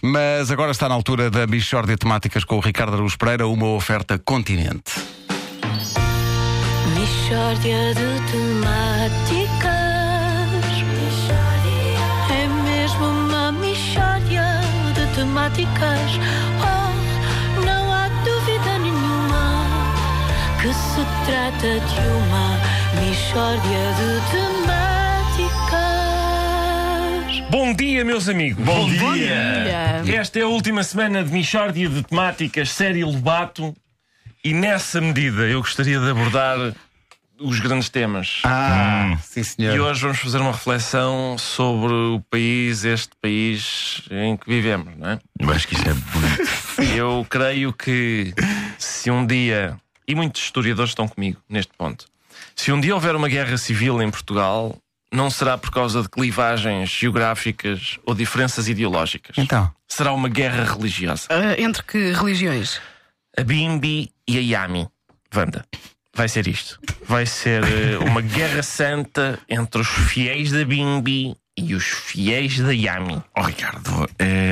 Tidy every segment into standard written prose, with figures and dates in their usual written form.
Mas agora está na altura da Mixórdia de Temáticas com o Ricardo Araújo Pereira, uma oferta Continente. Mixórdia de temáticas. É mesmo uma mixórdia de temáticas. Oh, não há dúvida nenhuma que se trata de uma mixórdia de temáticas. Bom dia, meus amigos. Bom dia. Esta é a última semana de Mixórdia de Temáticas, série Lobato. E nessa medida eu gostaria de abordar os grandes temas. Sim, senhor. E hoje vamos fazer uma reflexão sobre o país, este país em que vivemos, não é? Eu acho que isso é bonito. Eu creio que se um dia, e muitos historiadores estão comigo neste ponto, se um dia houver uma guerra civil em Portugal, não será por causa de clivagens geográficas ou diferenças ideológicas. Então? Será uma guerra religiosa. Entre que religiões? A Bimbi e a Yami. Wanda, vai ser isto. Vai ser uma guerra santa entre os fiéis da Bimbi e os fiéis da Yami. Oh, Ricardo,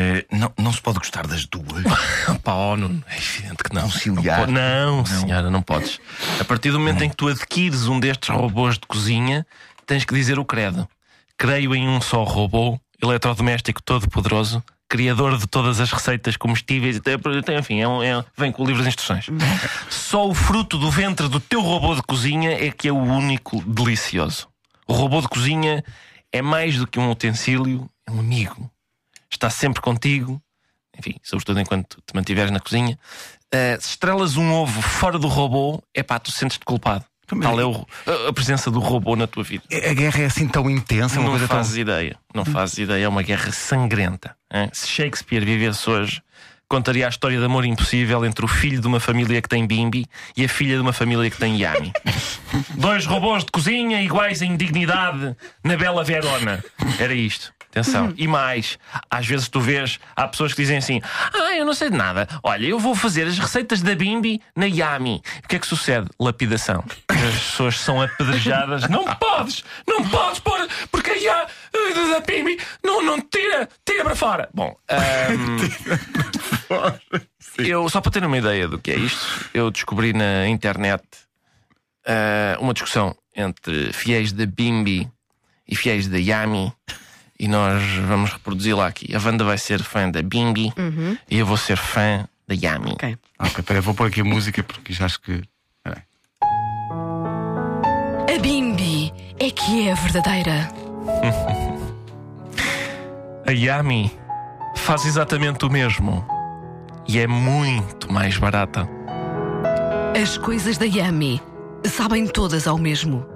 não se pode gostar das duas. Pá, Nuno, é evidente que não. Conciliar. Não, senhora, não podes. A partir do momento em que tu adquires um destes robôs de cozinha, tens que dizer o credo. Creio em um só robô, eletrodoméstico todo-poderoso, criador de todas as receitas comestíveis. Enfim, vem com o livro de instruções. Só o fruto do ventre do teu robô de cozinha é que é o único delicioso. O robô de cozinha é mais do que um utensílio, é um amigo. Está sempre contigo. Enfim, sobretudo enquanto te mantiveres na cozinha. Se estrelas um ovo fora do robô, tu sentes-te culpado. Tal é a presença do robô na tua vida. A guerra é assim tão intensa? Não fazes ideia. Não fazes ideia. É uma guerra sangrenta. Hein? Se Shakespeare vivesse hoje, contaria a história de amor impossível entre o filho de uma família que tem Bimbi e a filha de uma família que tem Yami. Dois robôs de cozinha iguais em dignidade na bela Verona. Era isto. Atenção. E mais, às vezes tu vês, há pessoas que dizem assim: eu não sei de nada. Olha, eu vou fazer as receitas da Bimbi na Yami. O que é que sucede? Lapidação. As pessoas são apedrejadas. Não podes pôr, porque a da Bimbi não tira para fora. Bom, eu, só para ter uma ideia do que é isto, eu descobri na internet uma discussão entre fiéis da Bimbi e fiéis da Yami. E nós vamos reproduzi-la aqui. A Wanda vai ser fã da Bimbi e eu vou ser fã da Yami. Ok. Espera, vou pôr aqui a música porque já acho que... A Bimbi é que é a verdadeira. A Yami faz exatamente o mesmo e é muito mais barata. As coisas da Yami sabem todas ao mesmo.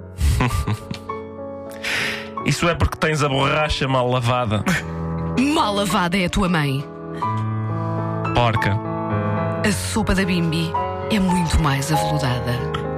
Isso é porque tens a borracha mal lavada. Mal lavada é a tua mãe. Porca. A sopa da Bimbi é muito mais aveludada.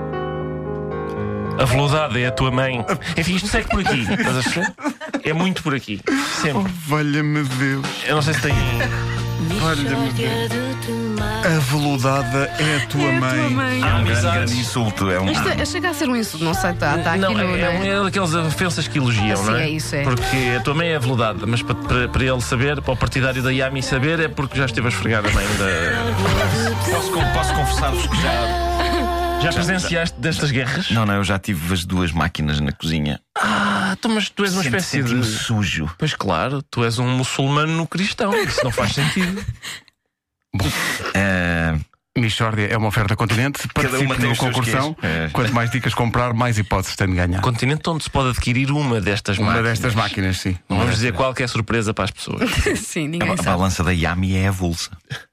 Aveludada é a tua mãe. Enfim, isto segue por aqui. Estás a perceber? É muito por aqui. Sempre. Valha-me Deus. Eu não sei se tem... Olha-me Deus. Aveludada é a tua mãe. Há Um grande amizades. insulto. Chega a ser um insulto, não sei, está aqui Não, no. é daquelas ofensas que elogiam, Sim, não é? é isso, é. Porque a tua mãe é aveludada, mas para ele saber, para o partidário da Yami saber, é porque já esteve a esfregar a mãe da... Posso confessar-vos que Já presenciaste destas guerras? Não, eu já tive as duas máquinas na cozinha. Mas tu és uma espécie Senti-me de... sujo. Pois claro, tu és um muçulmano cristão. Isso não faz sentido. Mixórdia é uma oferta Continente. Cada uma Participe tem no os seus concursão. quês. Quanto mais dicas comprar, mais hipóteses tem de ganhar. Continente onde se pode adquirir uma destas Uma máquinas. destas máquinas, sim. Não vamos dizer qual que é a surpresa para as pessoas. Sim, ninguém A sabe. balança da Yami é avulsa.